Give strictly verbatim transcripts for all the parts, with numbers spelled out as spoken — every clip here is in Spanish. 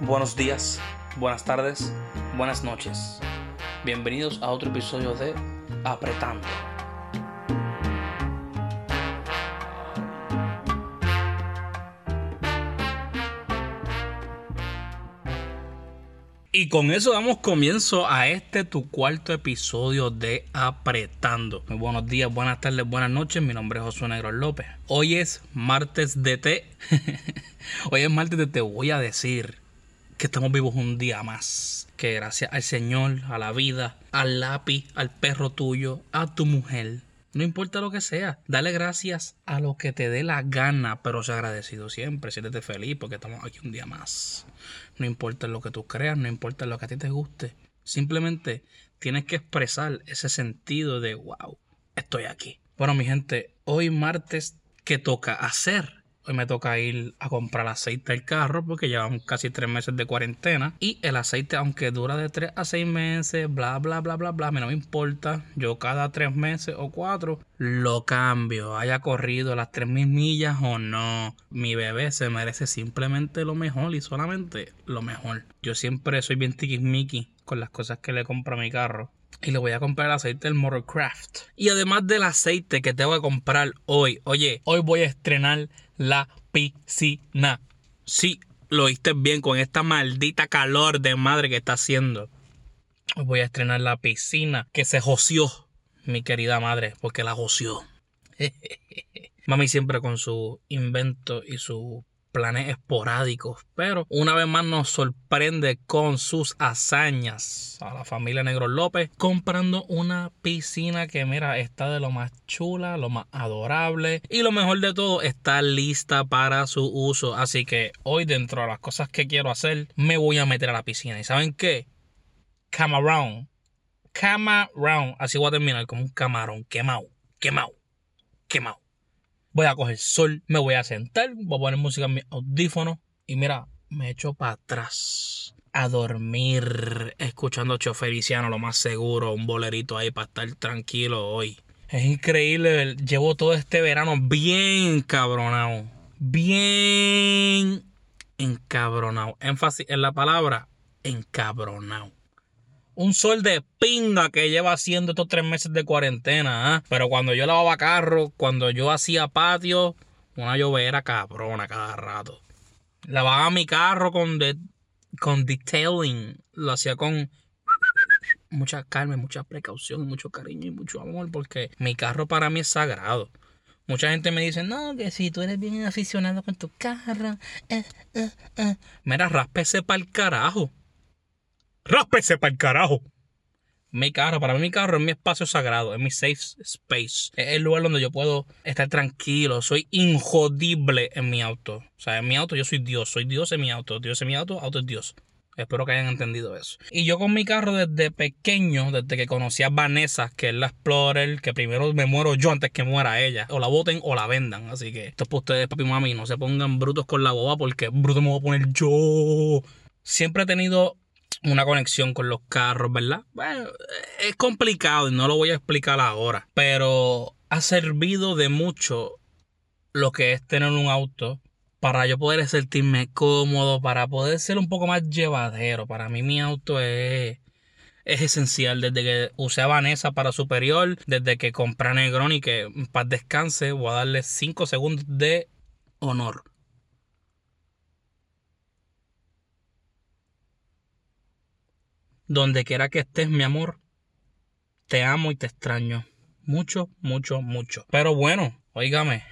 Buenos días, buenas tardes, buenas noches. Bienvenidos a otro episodio de Apretando. Y con eso damos comienzo a este tu cuarto episodio de Apretando. Muy buenos días, buenas tardes, buenas noches. Mi nombre es Josué Negro López. Hoy es martes de té. Hoy es martes de te voy a decir que estamos vivos un día más. Que gracias al Señor, a la vida, al lápiz, al perro tuyo, a tu mujer. No importa lo que sea, dale gracias a lo que te dé la gana, pero sé agradecido siempre, siéntete feliz porque estamos aquí un día más. No importa lo que tú creas, no importa lo que a ti te guste. Simplemente tienes que expresar ese sentido de wow, estoy aquí. Bueno, mi gente, hoy martes, ¿qué toca hacer? Hoy me toca ir a comprar aceite al carro porque llevamos casi tres meses de cuarentena. Y el aceite, aunque dura de tres a seis meses, bla, bla, bla, bla, bla, a mí no me importa. Yo cada tres meses o cuatro lo cambio. Haya corrido las tres mil millas o no. Mi bebé se merece simplemente lo mejor y solamente lo mejor. Yo siempre soy bien tiquismiqui con las cosas que le compro a mi carro. Y le voy a comprar el aceite del Motorcraft. Y además del aceite que tengo que comprar hoy, oye, hoy voy a estrenar la piscina. Sí, lo oíste bien con esta maldita calor de madre que está haciendo. Hoy voy a estrenar la piscina que se joció mi querida madre, porque la joció. Mami siempre con su invento y su planes esporádicos, pero una vez más nos sorprende con sus hazañas a la familia Negro López, comprando una piscina que mira, está de lo más chula, lo más adorable y lo mejor de todo, está lista para su uso. Así que hoy, dentro de las cosas que quiero hacer, me voy a meter a la piscina. ¿Y saben qué? Camarón, camarón, así voy a terminar como un camarón, quemado, quemado, quemado. Voy a coger sol, me voy a sentar, voy a poner música en mi audífono y mira, me echo para atrás a dormir, escuchando Chofericiano, lo más seguro, un bolerito ahí para estar tranquilo hoy. Es increíble, llevo todo este verano bien encabronado, bien encabronado. Énfasis en la palabra encabronado. Un sol de pinga que lleva haciendo estos tres meses de cuarentena, ¿eh? Pero cuando yo lavaba carro, cuando yo hacía patio, una llovera cabrona cada rato. Lavaba mi carro con, de, con detailing. Lo hacía con mucha calma, mucha precaución, mucho cariño y mucho amor, porque mi carro para mí es sagrado. Mucha gente me dice, no, que si tú eres bien aficionado con tu carro. Eh, eh, eh. Mira, ráspese pa'l carajo. ¡Ráspese para el carajo! Mi carro, para mí mi carro es mi espacio sagrado, es mi safe space. Es el lugar donde yo puedo estar tranquilo. Soy injodible en mi auto. O sea, en mi auto yo soy Dios. Soy Dios en mi auto. Dios en mi auto, auto es Dios. Espero que hayan entendido eso. Y yo con mi carro desde pequeño, desde que conocí a Vanessa, que es la Explorer, que primero me muero yo antes que muera ella. O la boten o la vendan. Así que esto es para ustedes, papi y mami. No se pongan brutos con la boba porque bruto me voy a poner yo. Siempre he tenido una conexión con los carros, ¿verdad? Bueno, es complicado y no lo voy a explicar ahora, pero ha servido de mucho lo que es tener un auto para yo poder sentirme cómodo, para poder ser un poco más llevadero. Para mí mi auto es, es esencial. Desde que usé a Vanessa para Superior, desde que compré a Negroni, que en paz descanse, voy a darle cinco segundos de honor. Donde quiera que estés, mi amor, te amo y te extraño. Mucho, mucho, mucho. Pero bueno, óigame.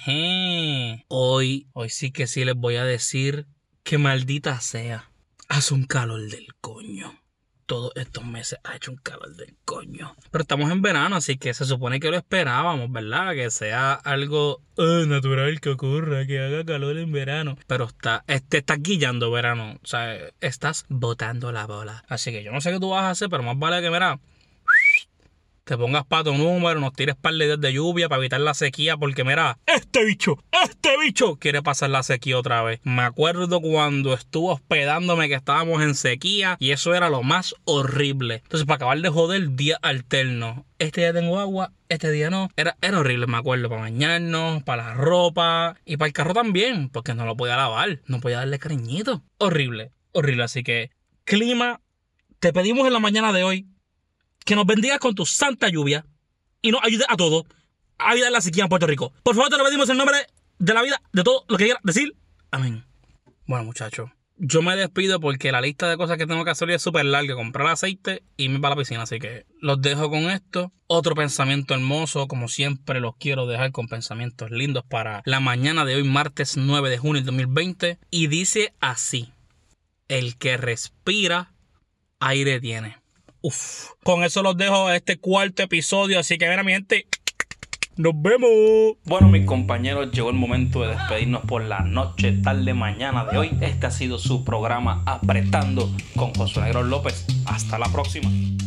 Hoy, hoy sí que sí les voy a decir que maldita sea. Hace un calor del coño. Todos estos meses ha hecho un calor del coño. Pero estamos en verano, así que se supone que lo esperábamos, ¿verdad? Que sea algo oh, natural que ocurra, que haga calor en verano. Pero está, te estás guillando verano. O sea, estás botando la bola. Así que yo no sé qué tú vas a hacer, pero más vale que, mira, te pongas para tu número, nos tires par de días de lluvia para evitar la sequía, porque mira, este bicho, este bicho quiere pasar la sequía otra vez. Me acuerdo cuando estuvo hospedándome que estábamos en sequía y eso era lo más horrible. Entonces, para acabar de joder, día alterno. Este día tengo agua, este día no. Era, era horrible, me acuerdo, para bañarnos, para la ropa y para el carro también, porque no lo podía lavar, no podía darle cariñito. Horrible. horrible. Así que, clima, te pedimos en la mañana de hoy que nos bendigas con tu santa lluvia y nos ayudes a todos a evitar la sequía en Puerto Rico. Por favor, te lo pedimos en nombre de la vida, de todo lo que quieras decir. Amén. Bueno, muchachos, yo me despido porque la lista de cosas que tengo que hacer es súper larga. Comprar aceite y irme para la piscina. Así que los dejo con esto. Otro pensamiento hermoso. Como siempre, los quiero dejar con pensamientos lindos para la mañana de hoy, martes nueve de junio del dos mil veinte. Y dice así: el que respira, aire tiene. Uf. Con eso los dejo a este cuarto episodio. Así que, mira, mi gente, nos vemos. Bueno, mis compañeros, llegó el momento de despedirnos por la noche, tarde, mañana de hoy. Este ha sido su programa Apretando con Josué Negro López. Hasta la próxima.